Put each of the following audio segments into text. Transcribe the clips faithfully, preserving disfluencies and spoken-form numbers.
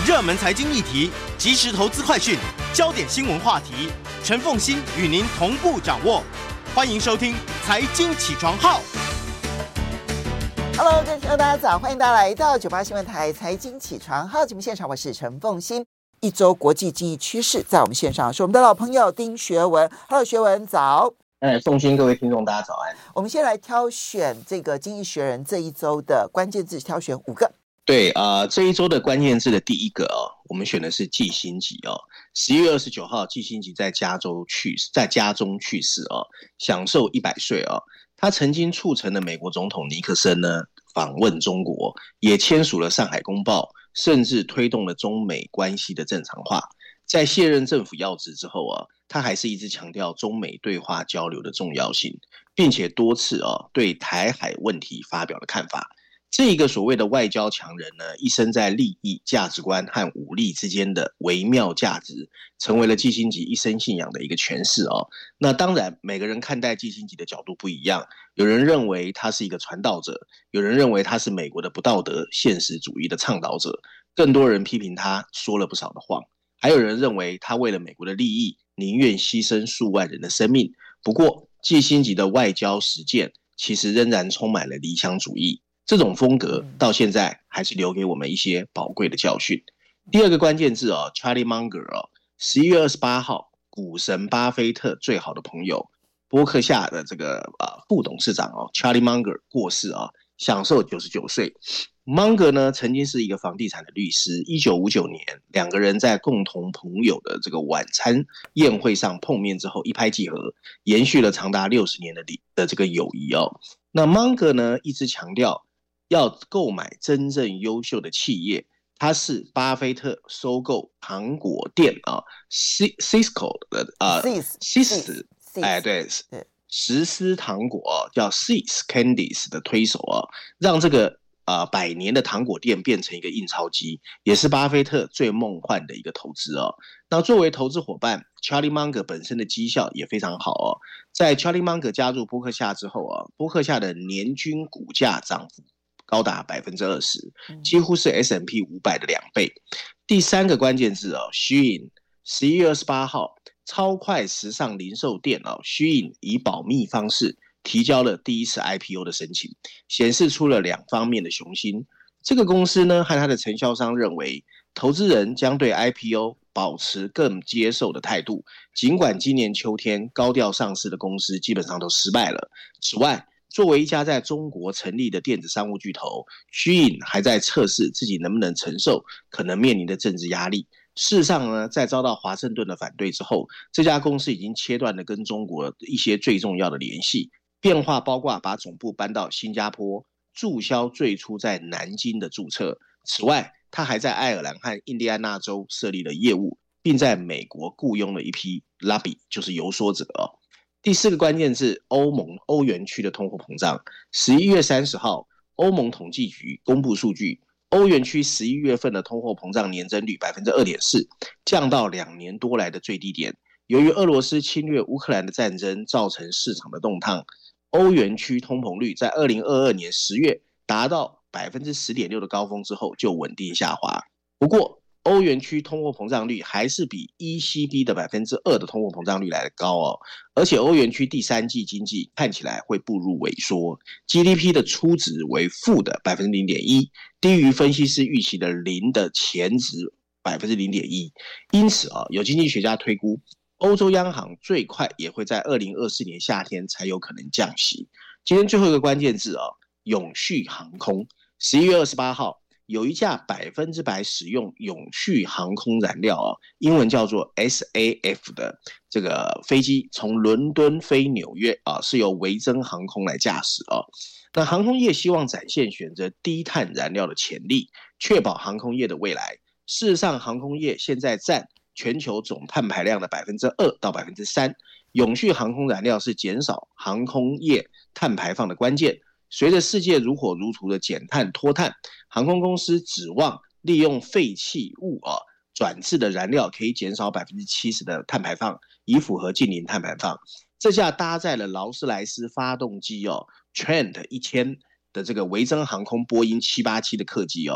热门财经议题、即时投资快讯、焦点新闻话题，陈凤馨与您同步掌握。欢迎收听《财经起床号》。 Hello， 各位听众大家早，欢迎大家来到九八新闻台财经起床号节目现场，我是陈凤馨。一周国际经济趋势，在我们线上是我们的老朋友丁学文。Hello， 学文早。 哎，凤馨，各位听众大家早安。 我们先来挑选这个《经济学人》这一周的关键字，挑选五个。 对啊、呃，这一周的关键字的第一个哦，我们选的是季辛吉哦。十一月二十九号，季辛吉在加州去在家中去世哦，享寿一百岁哦。他曾经促成了美国总统尼克森呢访问中国，也签署了《上海公报》，甚至推动了中美关系的正常化。在卸任政府要职之后啊，他还是一直强调中美对话交流的重要性，并且多次啊对台海问题发表了看法。这一个所谓的外交强人呢，一生在利益、价值观和武力之间的微妙价值，成为了季辛吉一生信仰的一个诠释哦。那当然，每个人看待季辛吉的角度不一样，有人认为他是一个传道者，有人认为他是美国的不道德现实主义的倡导者，更多人批评他说了不少的谎，还有人认为他为了美国的利益，宁愿牺牲数万人的生命。不过，季辛吉的外交实践其实仍然充满了理想主义。这种风格到现在还是留给我们一些宝贵的教训。第二个关键字哦 ，Charlie Munger 哦，十一月二十八号，股神巴菲特最好的朋友波克夏的这个呃副董事长哦 ，Charlie Munger 过世啊、哦，享寿九十九岁。Munger 呢，曾经是一个房地产的律师。一九五九年，两个人在共同朋友的这个晚餐宴会上碰面之后，一拍即合，延续了长达六十年的的这个友谊哦。那 Munger 呢，一直强调要购买真正优秀的企业，他是巴菲特收购糖果店啊 ，Cisco 的啊 ，Cis， 哎对，实施糖果叫 Cis Candies 的推手啊，让这个啊百年的糖果店变成一个印钞机，也是巴菲特最梦幻的一个投资哦。那作为投资伙伴 ，Charlie Munger 本身的绩效也非常好哦。在 Charlie Munger 加入波克夏之后啊，波克夏的年均股价涨幅高达 百分之二十， 几乎是 S and P 五百 的两倍。第三个关键字哦 ，Shein， 十一月二十八号，超快时尚零售店哦 ，Shein 以保密方式提交了第一次 I P O 的申请，显示出了两方面的雄心。这个公司呢和它的承销商认为，投资人将对 I P O 保持更接受的态度，尽管今年秋天高调上市的公司基本上都失败了。此外，作为一家在中国成立的电子商务巨头， Shein 还在测试自己能不能承受可能面临的政治压力。事实上呢，在遭到华盛顿的反对之后，这家公司已经切断了跟中国一些最重要的联系，变化包括把总部搬到新加坡，注销最初在南京的注册。此外，他还在爱尔兰和印第安纳州设立了业务，并在美国雇佣了一批 lobby， 就是游说者哦。第四个关键字，欧盟欧元区的通货膨胀。十一月三十号，欧盟统计局公布数据，欧元区十一月份的通货膨胀年增率 百分之二点四， 降到两年多来的最低点。由于俄罗斯侵略乌克兰的战争造成市场的动荡，欧元区通膨率在二零二二年十月达到 百分之十点六 的高峰之后就稳定下滑。不过，欧元区通货膨胀率还是比 E C B 的 百分之二 的通货膨胀率来得高哦，而且欧元区第三季经济看起来会步入萎缩， G D P 的初值为负的 百分之零点一， 低于分析师预期的零的前值 百分之零点一。 因此啊，有经济学家推估，欧洲央行最快也会在二零二四年夏天才有可能降息。今天最后一个关键字啊，永续航空。十一月二十八号，有一架百分之百使用永续航空燃料啊，英文叫做 S A F 的这个飞机从伦敦飞纽约啊，是由维珍航空来驾驶啊。那航空业希望展现选择低碳燃料的潜力，确保航空业的未来。事实上，航空业现在占全球总碳排量的 百分之二 到 百分之三， 永续航空燃料是减少航空业碳排放的关键。随着世界如火如荼的减碳脱碳，航空公司指望利用废弃物啊转制的燃料可以减少 百分之七十 的碳排放，以符合近零碳排放。这架搭载了劳斯莱斯发动机哦 Trent 一千的这个维珍航空波音七八七的客机哦，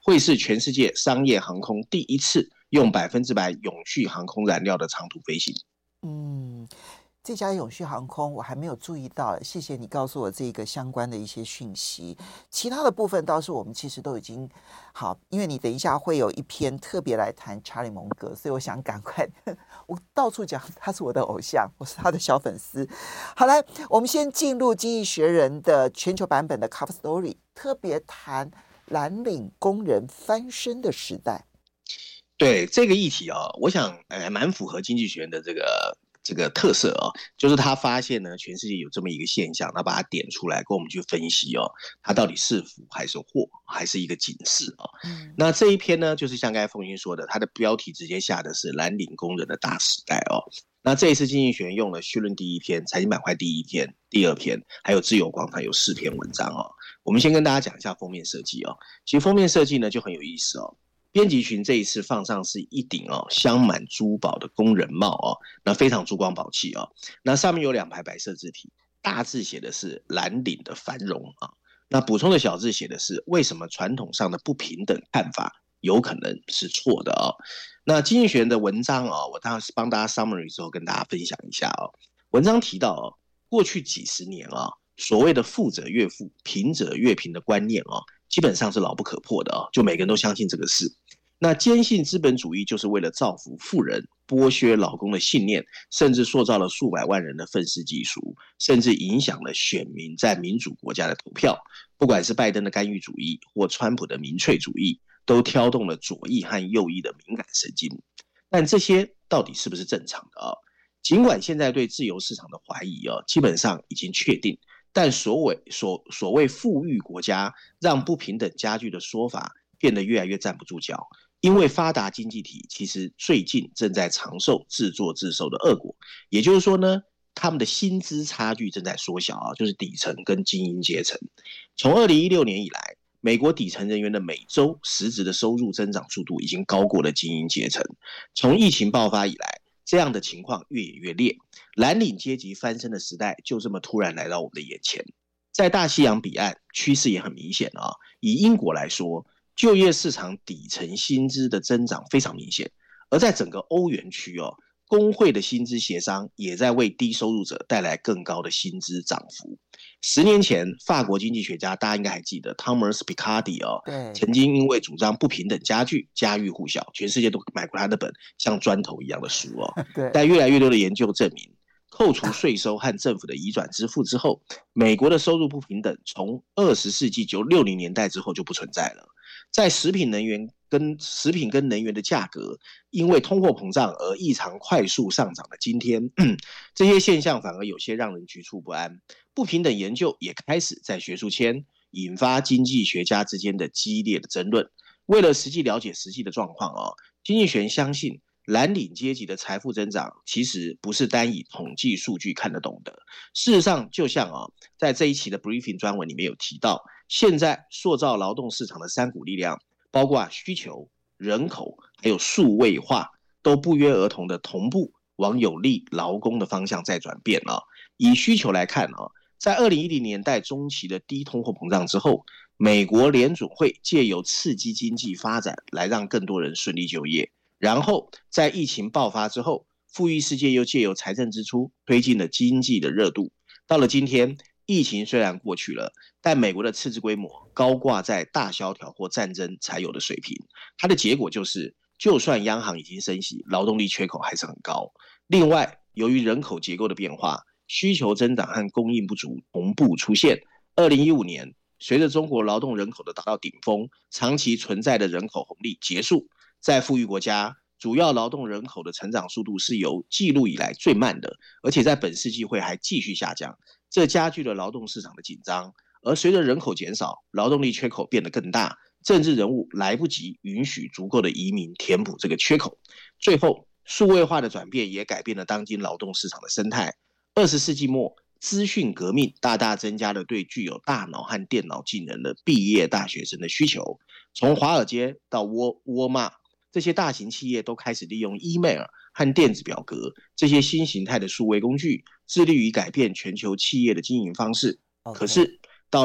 会是全世界商业航空第一次用百分之百永续航空燃料的长途飞行。 嗯，这家永续航空我还没有注意到，谢谢你告诉我这个相关的一些讯息。其他的部分倒是我们其实都已经好，因为你等一下会有一篇特别来谈查理蒙格，所以我想赶快，我到处讲他是我的偶像，我是他的小粉丝。好，来，我们先进入《经济学人》的全球版本的 Cover Story， 特别谈蓝领工人翻身的时代。 对这个议题啊、哦，我想呃蛮符合经济学人的这个这个特色啊、哦，就是他发现呢，全世界有这么一个现象，他把它点出来，跟我们去分析哦，它到底是福还是祸，还是一个警示啊、哦嗯？那这一篇呢，就是像刚才凤欣说的，它的标题直接下的是蓝领工人的大时代哦。那这一次经济学人用了绪论第一篇、财经板块第一篇、第二篇，还有自由广场有四篇文章哦。我们先跟大家讲一下封面设计哦。其实封面设计呢就很有意思哦。编辑群这一次放上是一顶哦镶满珠宝的工人帽哦，那非常珠光宝气哦。那上面有两排白色字体，大字写的是蓝领的繁荣啊，那补充的小字写的是为什么传统上的不平等看法有可能是错的哦。那经济学人的文章哦，我当然是帮大家 summary 之后跟大家分享一下哦。文章提到哦，过去几十年啊、哦，所谓的富者越富，贫者越贫的观念哦，基本上是牢不可破的哦，就每个人都相信这个事。那坚信资本主义就是为了造福富人，剥削劳工的信念，甚至塑造了数百万人的愤世嫉俗，甚至影响了选民在民主国家的投票。不管是拜登的干预主义或川普的民粹主义，都挑动了左翼和右翼的敏感神经。但这些到底是不是正常的啊？尽管现在对自由市场的怀疑啊，基本上已经确定，但所谓所所谓富裕国家让不平等加剧的说法变得越来越站不住脚。因为发达经济体其实最近正在尝受自作自受的恶果，也就是说呢，他们的薪资差距正在缩小啊，就是底层跟精英阶层。从二零一六年以来，美国底层人员的每周实质的收入增长速度已经高过了精英阶层。从疫情爆发以来，这样的情况越演越烈，蓝领阶级翻身的时代就这么突然来到我们的眼前。在大西洋彼岸，趋势也很明显啊。以英国来说，就业市场底层薪资的增长非常明显，而在整个欧元区哦，工会的薪资协商也在为低收入者带来更高的薪资涨幅。十年前，法国经济学家大家应该还记得 Thomas Piketty 哦，曾经因为主张不平等加剧，家喻户晓，全世界都买过他的本像砖头一样的书哦。但越来越多的研究证明，扣除税收和政府的移转支付之后，美国的收入不平等从二十世纪九六零年代之后就不存在了。在食品能源跟食品跟能源的价格因为通货膨胀而异常快速上涨的今天，这些现象反而有些让人局促不安。不平等研究也开始在学术圈引发经济学家之间的激烈的争论。为了实际了解实际的状况哦，经济学人相信蓝领阶级的财富增长其实不是单以统计数据看得懂的。事实上，就像哦，在这一期的 briefing 专文里面有提到，现在塑造劳动市场的三股力量，包括需求、人口还有数位化，都不约而同的同步往有利劳工的方向在转变啊。以需求来看啊，在二零一零年代中期的低通货膨胀之后，美国联准会借由刺激经济发展来让更多人顺利就业。然后在疫情爆发之后，富裕世界又借由财政支出推进了经济的热度。到了今天，疫情虽然过去了，但美国的赤字规模高挂在大萧条或战争才有的水平。它的结果就是，就算央行已经升息，劳动力缺口还是很高。另外，由于人口结构的变化，需求增长和供应不足同步出现。二零一五年，随着中国劳动人口的达到顶峰，长期存在的人口红利结束，在富裕国家，主要劳动人口的成长速度是由记录以来最慢的，而且在本世纪会还继续下降，这加剧了劳动市场的紧张。而随着人口减少，劳动力缺口变得更大，政治人物来不及允许足够的移民填补这个缺口。最后，数位化的转变也改变了当今劳动市场的生态。二十世纪末，资讯革命大大增加了对具有大脑和电脑技能的毕业大学生的需求。从华尔街到沃沃尔玛，这些大型企业都开始利用 email 和电子表格这些新形态的数位工具，致力于改变全球企业的经营方式。Okay. 可是到了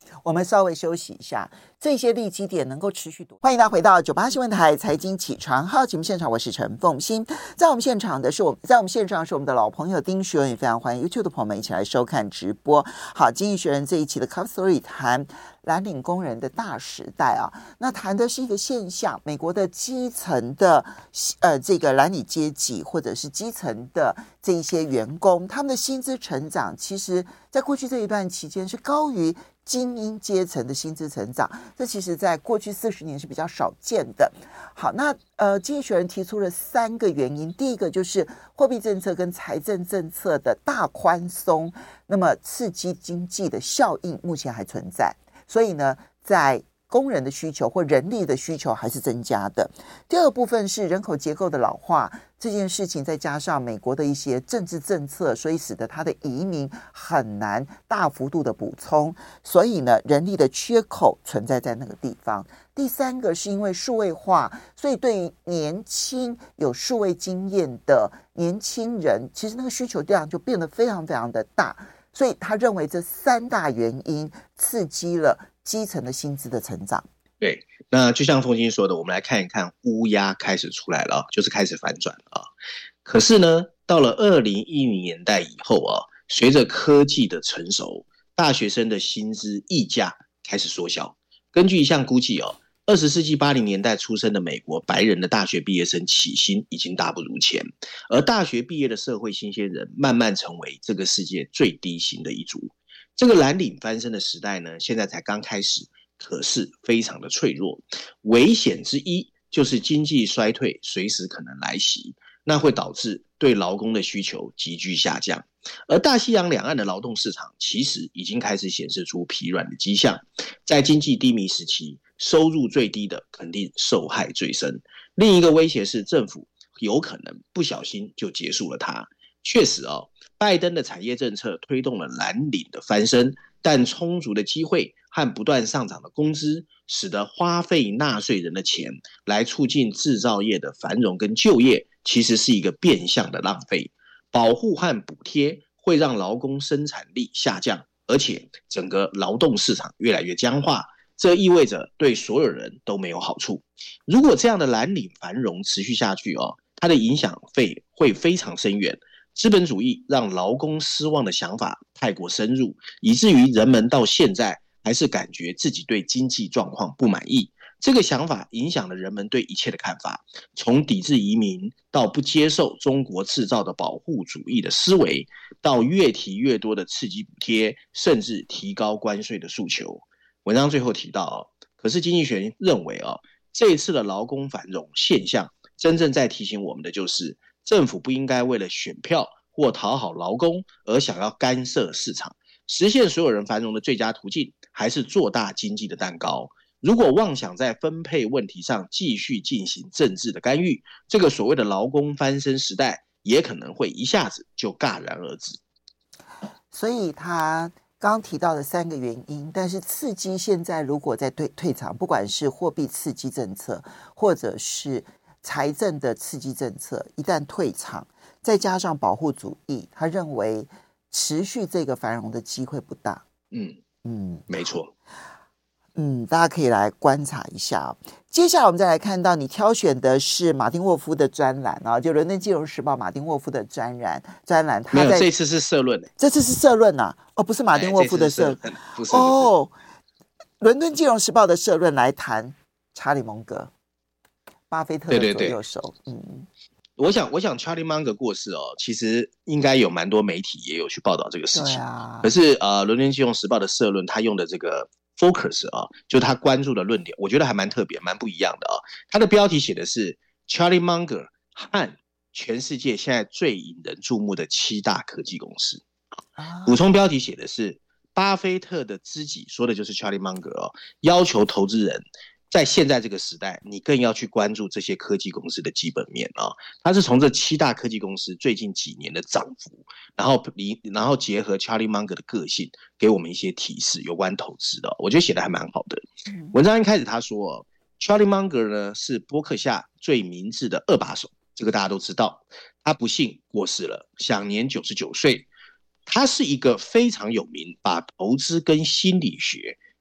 我们稍微休息一下，这些利基点能够持续多。欢迎大家回到九八新闻台财经起床号节目现场，我是陈凤馨。在我们现场的是我，在我们现场是我们的老朋友丁学文，也非常欢迎 YouTube 的朋友们一起来收看直播。好，经济学人这一期的 Cover Story 谈蓝领工人的大时代啊，那谈的是一个现象，美国的基层的呃这个蓝领阶级或者是基层的这一些员工，他们的薪资成长，其实在过去这一段期间是高于精英阶层的薪资成长，这其实在过去四十年是比较少见的。好，那呃，经济学人提出了三个原因，第一个就是货币政策跟财政政策的大宽松，那么刺激经济的效应目前还存在，所以呢，在工人的需求或人力的需求还是增加的。第二部分是人口结构的老化这件事情，再加上美国的一些政治政策，所以使得它的移民很难大幅度的补充，所以呢，人力的缺口存在在那个地方。第三个是因为数位化，所以对于年轻有数位经验的年轻人，其实那个需求量就变得非常非常的大。所以他认为这三大原因刺激了基层的薪资的成长。 对，那就像凤馨说的，我们来看一看乌鸦开始出来了，就是开始反转了啊。可是呢，到了二零一零年代以后啊，随着科技的成熟，大学生的薪资溢价开始缩小。根据一项估计哦，二十世纪八零年代出生的美国白人的大学毕业生起薪已经大不如前，而大学毕业的社会新鲜人慢慢成为这个世界最低薪的一族。这个蓝领翻身的时代呢，现在才刚开始，可是非常的脆弱。危险之一就是经济衰退随时可能来袭，那会导致对劳工的需求急剧下降。而大西洋两岸的劳动市场其实已经开始显示出疲软的迹象，在经济低迷时期，收入最低的肯定受害最深。另一个威胁是政府有可能不小心就结束了它。确实哦，拜登的产业政策推动了蓝领的翻身，但充足的机会和不断上涨的工资，使得花费纳税人的钱来促进制造业的繁荣跟就业，其实是一个变相的浪费。保护和补贴会让劳工生产力下降，而且整个劳动市场越来越僵化，这意味着对所有人都没有好处。如果这样的蓝领繁荣持续下去哦，它的影响会非常深远。资本主义让劳工失望的想法太过深入，以至于人们到现在还是感觉自己对经济状况不满意。这个想法影响了人们对一切的看法，从抵制移民到不接受中国制造的保护主义的思维，到越提越多的刺激补贴，甚至提高关税的诉求。文章最后提到、哦、可是经济学认为、哦、这一次的劳工繁荣现象真正在提醒我们的就是政府不应该为了选票或讨好劳工而想要干涉市场，实现所有人繁荣的最佳途径还是做大经济的蛋糕。如果妄想在分配问题上继续进行政治的干预，这个所谓的劳工翻身时代也可能会一下子就戛然而止。 所以他刚刚提到的三个原因，但是刺激现在如果在退退场，不管是货币刺激政策或者是财政的刺激政策一旦退场，再加上保护主义，他认为持续这个繁荣的机会不大。 嗯嗯，没错。 嗯，大家可以来观察一下。接下来我们再来看到你挑选的是马丁沃夫的专栏啊，就伦敦金融时报马丁沃夫的专栏专栏。 没有，这次是社论、欸、 这次是社论啊，哦，不是马丁沃夫的社论， 不是哦，伦敦金融时报的社论来谈查理蒙格，巴菲特的左右手。对对对，嗯。 我想，我想 Charlie Munger 过世哦，其实应该有蛮多媒体也有去报道这个事情。啊、可是呃，伦敦金融时报的社论，他用的这个 focus 啊，就他关注的论点，我觉得还蛮特别，蛮不一样的啊。他的标题写的是 Charlie Munger 和全世界现在最引人注目的七大科技公司。啊、补充标题写的是巴菲特的知己，说的就是 Charlie Munger 哦，要求投资人。在现在这个时代，你更要去关注这些科技公司的基本面啊。它是从这七大科技公司最近几年的涨幅，然后然后结合 Charlie Munger 的个性，给我们一些提示有关投资的。我觉得写的还蛮好的。文章一开始他说 ，Charlie Munger 呢是波克夏最明智的二把手，这个大家都知道。他不幸过世了，享年九十九岁。他是一个非常有名，把投资跟心理学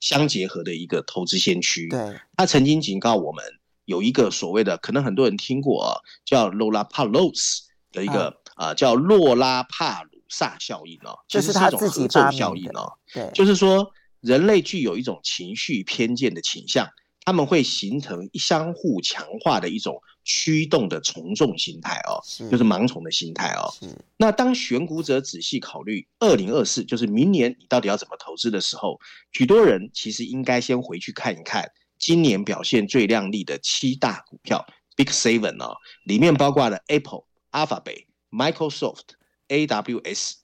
相结合的一个投资先驱。 对， 他曾经警告我们，有一个所谓的，可能很多人听过啊，叫洛拉帕洛斯的一个啊、呃，叫洛拉帕鲁萨效应哦， 这是他自己发明的效应哦。 对， 就是说人类具有一种情绪偏见的倾向，他们会形成相互强化的一种驱动的从众心态哦，是就是盲从的心态哦。那当选股者仔细考虑二零二四，就是明年你到底要怎么投资的时候，许多人其实应该先回去看一看今年表现最亮丽的七大股票 Big Seven 哦，里面包括了 Apple、Alphabet、Microsoft、A W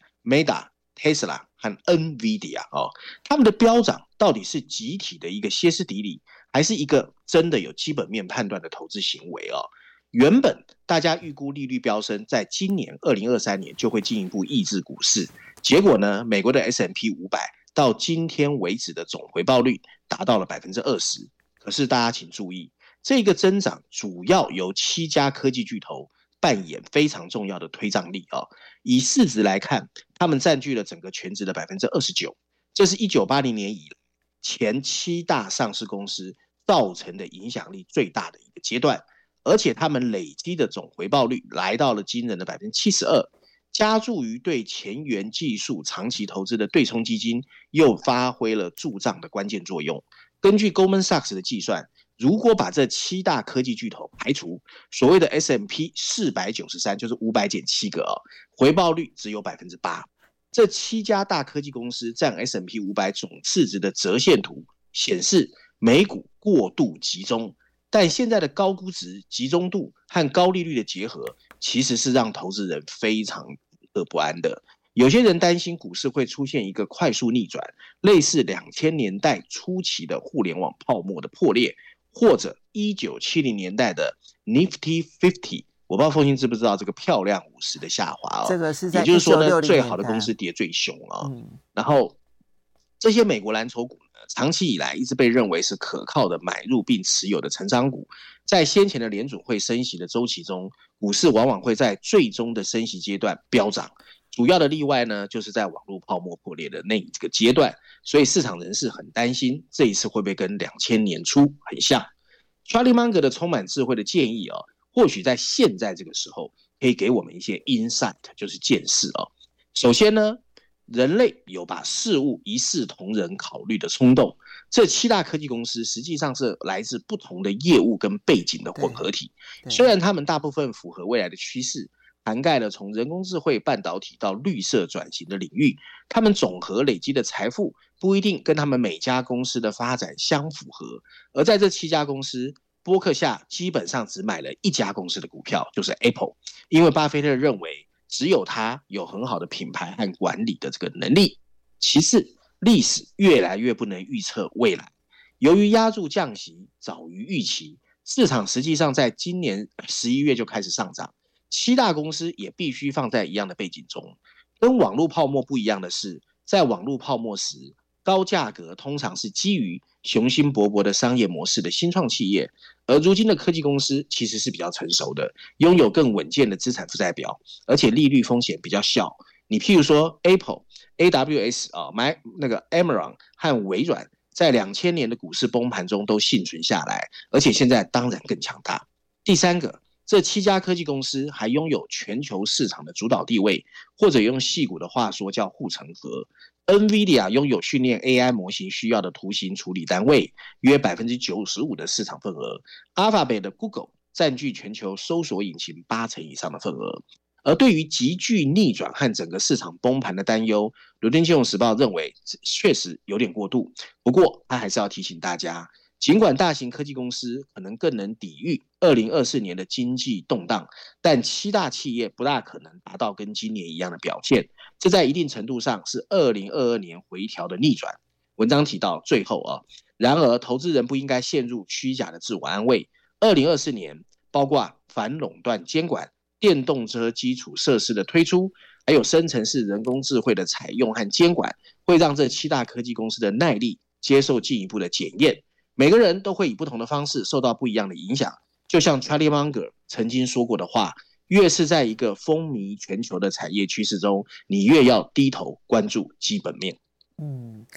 S、Meta、Tesla 和 Nvidia 哦，他们的飙涨到底是集体的一个歇斯底里，还是一个真的有基本面判断的投资行为哦？原本大家预估利率飙升，在今年二零二三年就会进一步抑制股市，结果呢，美国的 S and P 五百 到今天为止的总回报率达到了 百分之二十。可是大家请注意，这个增长主要由七家科技巨头扮演非常重要的推涨力哦。以市值来看，他们占据了整个全值的 百分之二十九， 这是一九八零年以来前七大上市公司造成的影响力最大的一个阶段，而且他们累积的总回报率来到了惊人的 百分之七十二， 加注于对前沿技术长期投资的对冲基金又发挥了助涨的关键作用。根据 Goldman Sachs 的计算，如果把这七大科技巨头排除，所谓的 S and P 四百九十三就是五百减七个哦，回报率只有 百分之八。 这七家大科技公司占 S and P 五百总市值的折线图显示，美股过度集中，但现在的高估值、集中度和高利率的结合，其实是让投资人非常不安的。有些人担心股市会出现一个快速逆转，类似两千年代初期的互联网泡沫的破裂，或者一九七零年代的 Nifty 五十， 我不知道凤馨知不知道这个漂亮五十的下滑哦。 这个是在也就是说呢，最好的公司跌最凶啊、哦嗯。然后这些美国蓝筹股呢，长期以来一直被认为是可靠的买入并持有的成长股。在先前的联准会升息的周期中，股市往往会在最终的升息阶段飙涨。主要的例外呢，就是在网络泡沫破裂的那个阶段，所以市场人士很担心这一次会不会跟两千年初很像。Charlie Munger 的充满智慧的建议哦，或许在现在这个时候可以给我们一些 insight， 就是见识哦。首先呢，人类有把事物一视同仁考虑的冲动。这七大科技公司实际上是来自不同的业务跟背景的混合体，虽然他们大部分符合未来的趋势，涵盖了从人工智慧、半导体到绿色转型的领域，他们总和累积的财富不一定跟他们每家公司的发展相符合。而在这七家公司，波克夏基本上只买了一家公司的股票，就是 Apple， 因为巴菲特认为只有他有很好的品牌和管理的这个能力。其次，历史越来越不能预测未来，由于押注降息早于预期，市场实际上在今年十一月就开始上涨。七大公司也必须放在一样的背景中。跟网络泡沫不一样的是，在网络泡沫时，高价格通常是基于雄心勃勃的商业模式的新创企业，而如今的科技公司其实是比较成熟的，拥有更稳健的资产负债表，而且利率风险比较小。你譬如说 Apple、A W S 啊、买那个 Amazon 和微软，在两千年的股市崩盘中都幸存下来，而且现在当然更强大。第三个，这七家科技公司还拥有全球市场的主导地位，或者用矽谷的话说叫护城河。Nvidia 拥有训练 A I 模型需要的图形处理单位，约 百分之九十五 的市场份额。Alphabet 的 Google 占据全球搜索引擎八成以上的份额。而对于急剧逆转和整个市场崩盘的担忧，伦敦金融时报认为确实有点过度。不过他还是要提醒大家，尽管大型科技公司可能更能抵御二零二四年的经济动荡，但七大企业不大可能达到跟今年一样的表现。这在一定程度上是二零二二年回调的逆转。文章提到最后啊，然而投资人不应该陷入虚假的自我安慰。二零二四年包括反垄断监管、电动车基础设施的推出，还有生成式人工智慧的采用和监管，会让这七大科技公司的耐力接受进一步的检验。每个人都会以不同的方式受到不一样的影响，就像 Charlie Munger 曾经说过的话，越是在一个风靡全球的产业趋势中，你越要低头关注基本面。 嗯，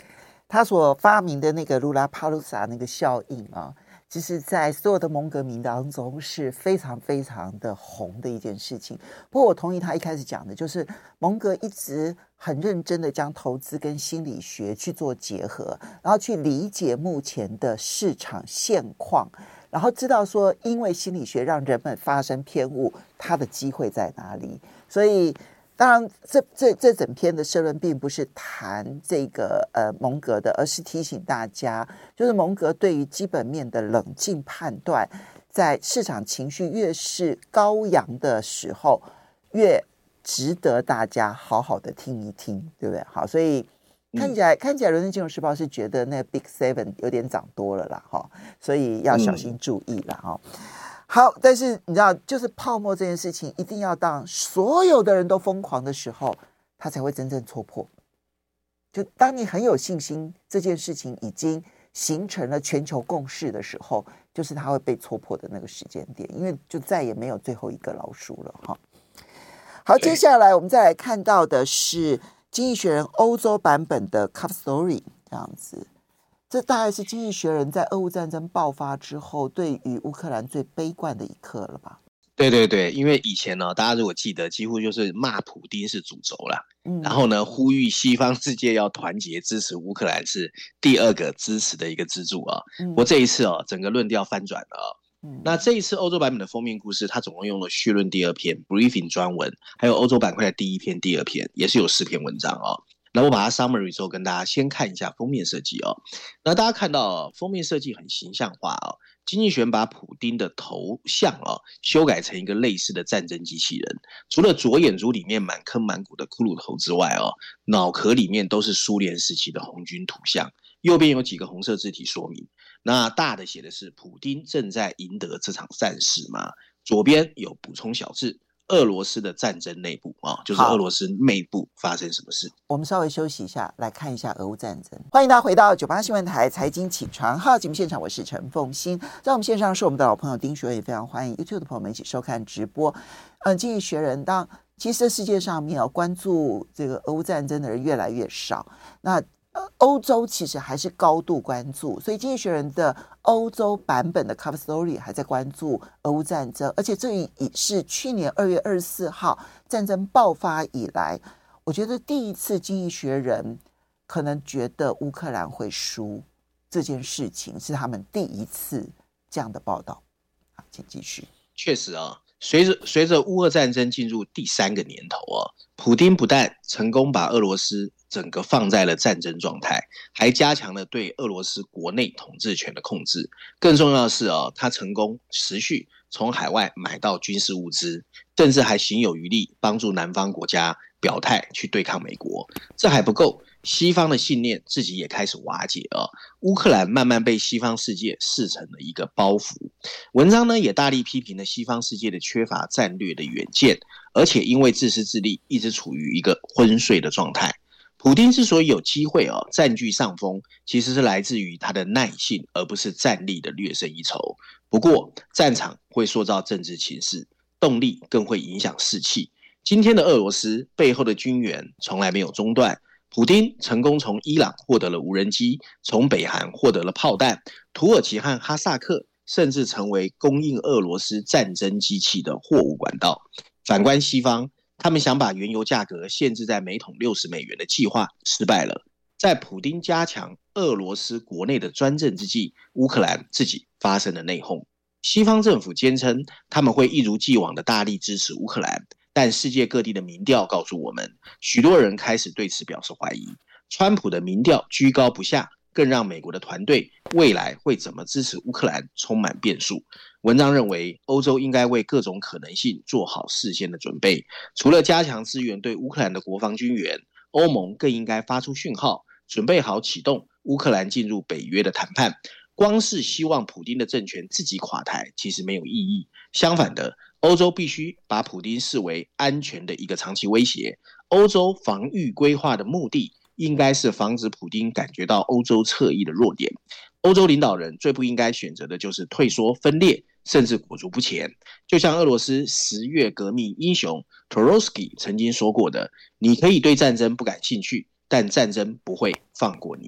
他所发明的那个卢拉帕鲁萨那个效应啊，其实在所有的蒙革民当中是非常非常的红的一件事情。不过我同意他一开始讲的，就是蒙格一直很认真的将投资跟心理学去做结合，然后去理解目前的市场现况，然后知道说因为心理学让人们发生偏误，它的机会在哪里。所以当然这这这整篇的社论并不是谈这个呃蒙格的，而是提醒大家，就是蒙格对于基本面的冷静判断，在市场情绪越是高扬的时候，越值得大家好好的听一听，对不对？好，所以看起来、嗯、看起来伦敦金融时报是觉得那 Big Seven 有点涨多了啦，哈，所以要小心注意啦，哈、嗯。好，但是你知道，就是泡沫这件事情，一定要当所有的人都疯狂的时候，它才会真正戳破。就当你很有信心，这件事情已经形成了全球共识的时候，就是它会被戳破的那个时间点，因为就再也没有最后一个老鼠了哈。好，接下来我们再来看到的是《经济学人》欧洲版本的 Cover Story 这样子。这大概是《经济学人》在俄乌战争爆发之后对于乌克兰最悲观的一刻了吧？ 对对对，因为以前呢，大家如果记得，几乎就是骂普丁是主轴啦，嗯，然后呢，呼吁西方世界要团结支持乌克兰是第二个支持的一个支柱啊。嗯，不过这一次哦，整个论调翻转了啊。嗯，那这一次欧洲版本的封面故事，它总共用了序论第二篇 briefing 专文，还有欧洲板块的第一篇、第二篇，也是有四篇文章哦。那我把它 summary 之后跟大家先看一下封面设计哦。那大家看到、哦、封面设计很形象化哦，经济学人把普丁的头像哦修改成一个类似的战争机器人，除了左眼珠里面满坑满谷的骷髅头之外哦，脑壳里面都是苏联时期的红军图像，右边有几个红色字体说明。那大的写的是普丁正在赢得这场战事嘛，左边有补充小字。俄罗斯的战争内部啊，就是俄罗斯内部发生什么事？ 我们稍微休息一下，来看一下俄乌战争。欢迎大家回到九八新闻台财经起床号节目现场，我是陈凤馨。在我们线上是我们的老朋友丁学文，也非常欢迎 YouTube 的朋友们一起收看直播。嗯，经济学人当其实世界上面、哦、关注这个俄乌战争的人越来越少，那欧洲其实还是高度关注，所以经济学人的欧洲版本的 Cover Story 还在关注俄乌战争，而且这已是去年二月二十四号战争爆发以来，我觉得第一次经济学人可能觉得乌克兰会输这件事情是他们第一次这样的报道。好，请继续。 确实啊，随着随着乌俄战争进入第三个年头啊，普丁不但成功把俄罗斯整个放在了战争状态，还加强了对俄罗斯国内统治权的控制。更重要的是哦，他成功持续从海外买到军事物资，甚至还行有余力帮助南方国家表态去对抗美国。这还不够，西方的信念自己也开始瓦解哦。乌克兰慢慢被西方世界视成了一个包袱。文章呢也大力批评了西方世界的缺乏战略的远见，而且因为自私自利，一直处于一个昏睡的状态。普丁之所以有机会哦占据上风，其实是来自于他的耐性，而不是战力的略胜一筹。不过，战场会塑造政治情势，动力更会影响士气。今天的俄罗斯背后的军援从来没有中断。普丁成功从伊朗获得了无人机，从北韩获得了炮弹，土耳其和哈萨克甚至成为供应俄罗斯战争机器的货物管道。反观西方，他们想把原油价格限制在每桶六十美元的计划失败了。在普丁加强俄罗斯国内的专政之际，乌克兰自己发生了内讧。西方政府坚称他们会一如既往的大力支持乌克兰，但世界各地的民调告诉我们，许多人开始对此表示怀疑。川普的民调居高不下，更让美国的团队未来会怎么支持乌克兰充满变数。文章认为，欧洲应该为各种可能性做好事先的准备。除了加强支援对乌克兰的国防军援，欧盟更应该发出讯号，准备好启动乌克兰进入北约的谈判。光是希望普丁的政权自己垮台，其实没有意义。相反的，欧洲必须把普丁视为安全的一个长期威胁。欧洲防御规划的目的应该是防止普丁感觉到欧洲侧翼的弱点。欧洲领导人最不应该选择的就是退缩分裂，甚至裹足不前。就像俄罗斯十月革命英雄 Trotsky 曾经说过的，你可以对战争不感兴趣，但战争不会放过你。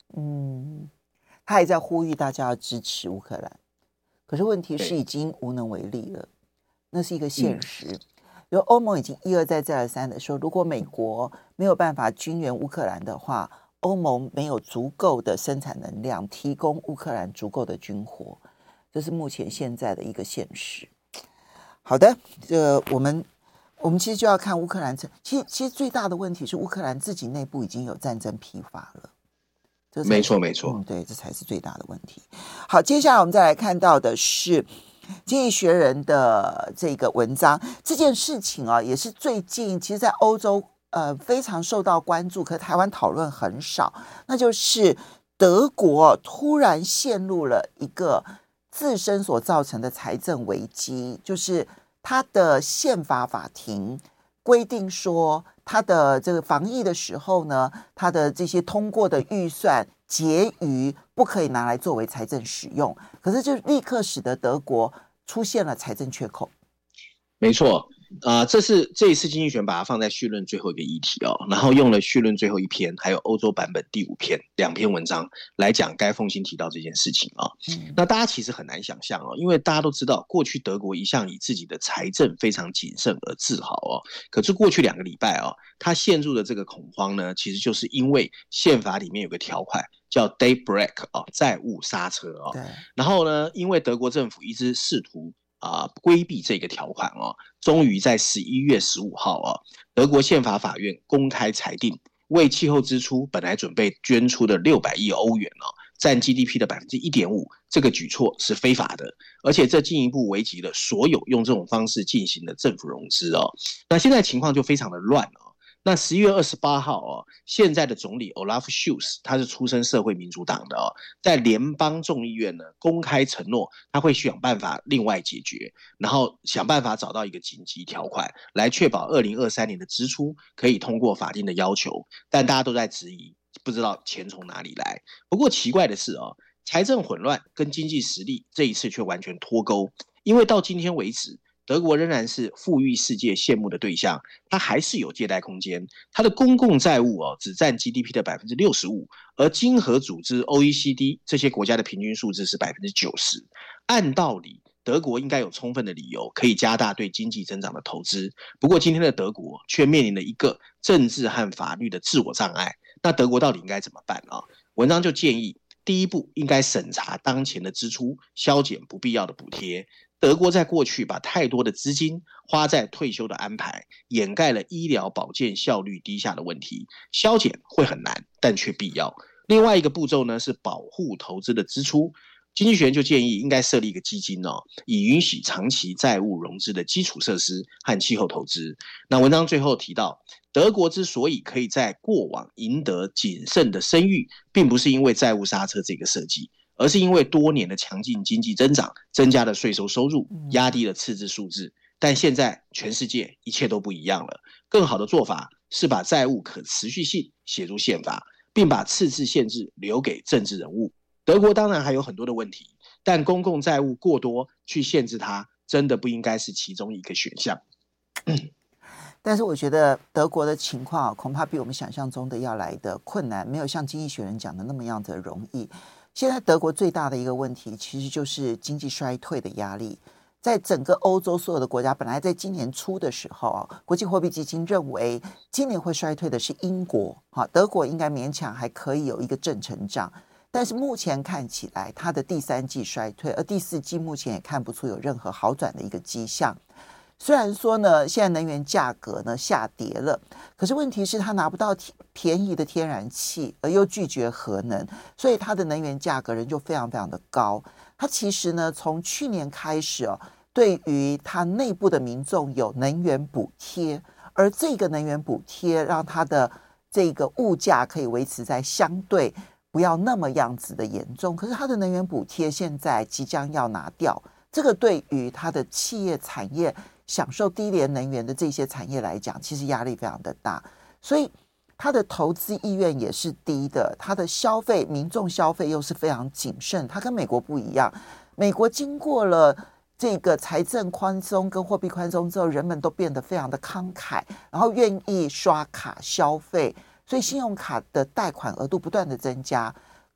嗯，他还在呼吁大家要支持乌克兰，可是问题是已经无能为力了，那是一个现实。嗯，因为欧盟已经一而再再而三的说，如果美国没有办法军援乌克兰的话，欧盟没有足够的生产能量提供乌克兰足够的军火，这是目前现在的一个现实。好的，这我们我们其实就要看乌克兰，其实其实最大的问题是乌克兰自己内部已经有战争疲乏了。 没错没错， 嗯，对，这才是最大的问题。好，接下来我们再来看到的是经济学人的这个文章，这件事情啊，也是最近其实在欧洲呃非常受到关注，可是台湾讨论很少，那就是德国突然陷入了一个自身所造成的财政危机，就是它的宪法法庭规定说，它的这个防疫的时候呢，它的这些通过的预算结余不可以拿来作为财政使用，可是就立刻使得德国出现了财政缺口。 没错，啊、呃，这是这一次经济学把它放在绪论最后一个议题哦，然后用了绪论最后一篇，还有欧洲版本第五篇两篇文章来讲该奉新提到这件事情啊、哦。嗯、那大家其实很难想象哦，因为大家都知道，过去德国一向以自己的财政非常谨慎而自豪哦。可是过去两个礼拜哦，他陷入的这个恐慌呢，其实就是因为宪法里面有个条款叫 day break 哦，债务刹车哦。对。然后呢，因为德国政府一直试图啊、呃，规避这个条款哦，终于在十一月十五号哦，德国宪法法院公开裁定，为气候支出本来准备捐出的六百亿欧元哦，占 G D P 的百分之一点五，这个举措是非法的，而且这进一步危及了所有用这种方式进行的政府融资哦。那现在情况就非常的乱哦。那十一月二十八号哦，现在的总理 Olaf Scholz 他是出身社会民主党的哦，在联邦众议院呢公开承诺他会想办法另外解决，然后想办法找到一个紧急条款来确保二零二三年的支出可以通过法定的要求，但大家都在质疑，不知道钱从哪里来。不过奇怪的是哦，财政混乱跟经济实力这一次却完全脱钩，因为到今天为止，德国仍然是富裕世界羡慕的对象，它还是有借贷空间，它的公共债务哦只占 G D P 的 百分之六十五， 而经合组织 O E C D 这些国家的平均数字是 百分之九十。 按道理德国应该有充分的理由可以加大对经济增长的投资，不过今天的德国却面临了一个政治和法律的自我障碍，那德国到底应该怎么办啊？文章就建议，第一步应该审查当前的支出，削减不必要的补贴。德国在过去把太多的资金花在退休的安排，掩盖了医疗保健效率低下的问题，削减会很难，但却必要。另外一个步骤呢是保护投资的支出，经济学人就建议应该设立一个基金哦，以允许长期债务融资的基础设施和气候投资。那文章最后提到，德国之所以可以在过往赢得谨慎的声誉，并不是因为债务刹车这个设计，而是因为多年的强劲经济增长增加了税收收入，压低了赤字数字。但现在全世界一切都不一样了，更好的做法是把债务可持续性写入宪法，并把赤字限制留给政治人物。德国当然还有很多的问题，但公共债务过多去限制它，真的不应该是其中一个选项。 但是我觉得德国的情况恐怕比我们想象中的要来的困难，没有像经济学人讲的那么样的容易。现在德国最大的一个问题其实就是经济衰退的压力，在整个欧洲所有的国家，本来在今年初的时候，国际货币基金认为今年会衰退的是英国，德国应该勉强还可以有一个正成长，但是目前看起来它的第三季衰退，而第四季目前也看不出有任何好转的一个迹象。虽然说呢，现在能源价格呢下跌了，可是问题是它拿不到便宜的天然气，而又拒绝核能，所以它的能源价格仍旧非常非常的高。它其实呢，从去年开始哦，对于它内部的民众有能源补贴，而这个能源补贴让它的这个物价可以维持在相对不要那么样子的严重。可是它的能源补贴现在即将要拿掉，这个对于它的企业产业享受低廉能源的这些产业来讲，其实压力非常的大，所以它的投资意愿也是低的，它的消费民众消费又是非常谨慎。它跟美国不一样，美国经过了这个财政宽松跟货币宽松之后，人们都变得非常的慷慨，然后愿意刷卡消费，所以信用卡的贷款额度不断的增加。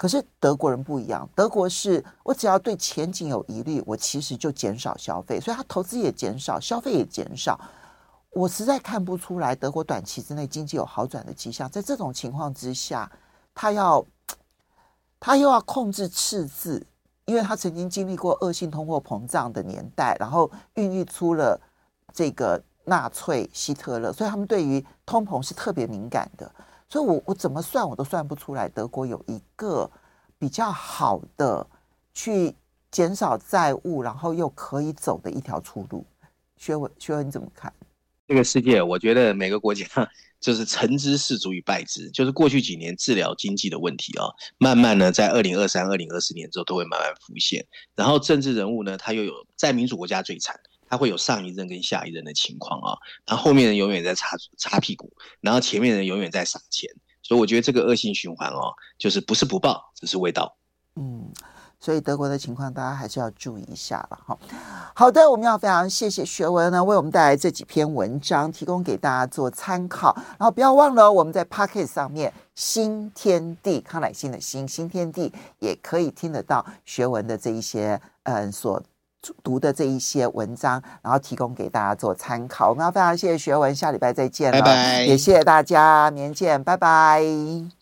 可是德国人不一样，德国是我只要对前景有疑虑，我其实就减少消费，所以他投资也减少，消费也减少。我实在看不出来德国短期之内经济有好转的迹象。在这种情况之下，他要他又要控制赤字，因为他曾经经历过恶性通货膨胀的年代，然后孕育出了这个纳粹希特勒，所以他们对于通膨是特别敏感的。所以我我怎么算我都算不出来德国有一个比较好的去减少债务，然后又可以走的一条出路。学文学文你怎么看？ 这个世界，我觉得每个国家就是成之势足以败之，就是过去几年治疗经济的问题啊、哦，慢慢呢在二零二三、二零二四年之后都会慢慢浮现。然后政治人物呢，他又有在民主国家最惨，他会有上一任跟下一任的情况啊、哦，然后后面人永远在擦擦屁股，然后前面人永远在撒钱，所以我觉得这个恶性循环哦，就是不是不报，只是未到。 嗯。所以德国的情况大家还是要注意一下了哈。好的，我们要非常谢谢学文呢为我们带来这几篇文章，提供给大家做参考。然后不要忘了我们在 Podcast 上面新天地康乃馨的新新天地也可以听得到学文的这一些嗯所读的这一些文章，然后提供给大家做参考。我们要非常谢谢学文，下礼拜再见了， 拜拜， 也谢谢大家，明天见，拜拜。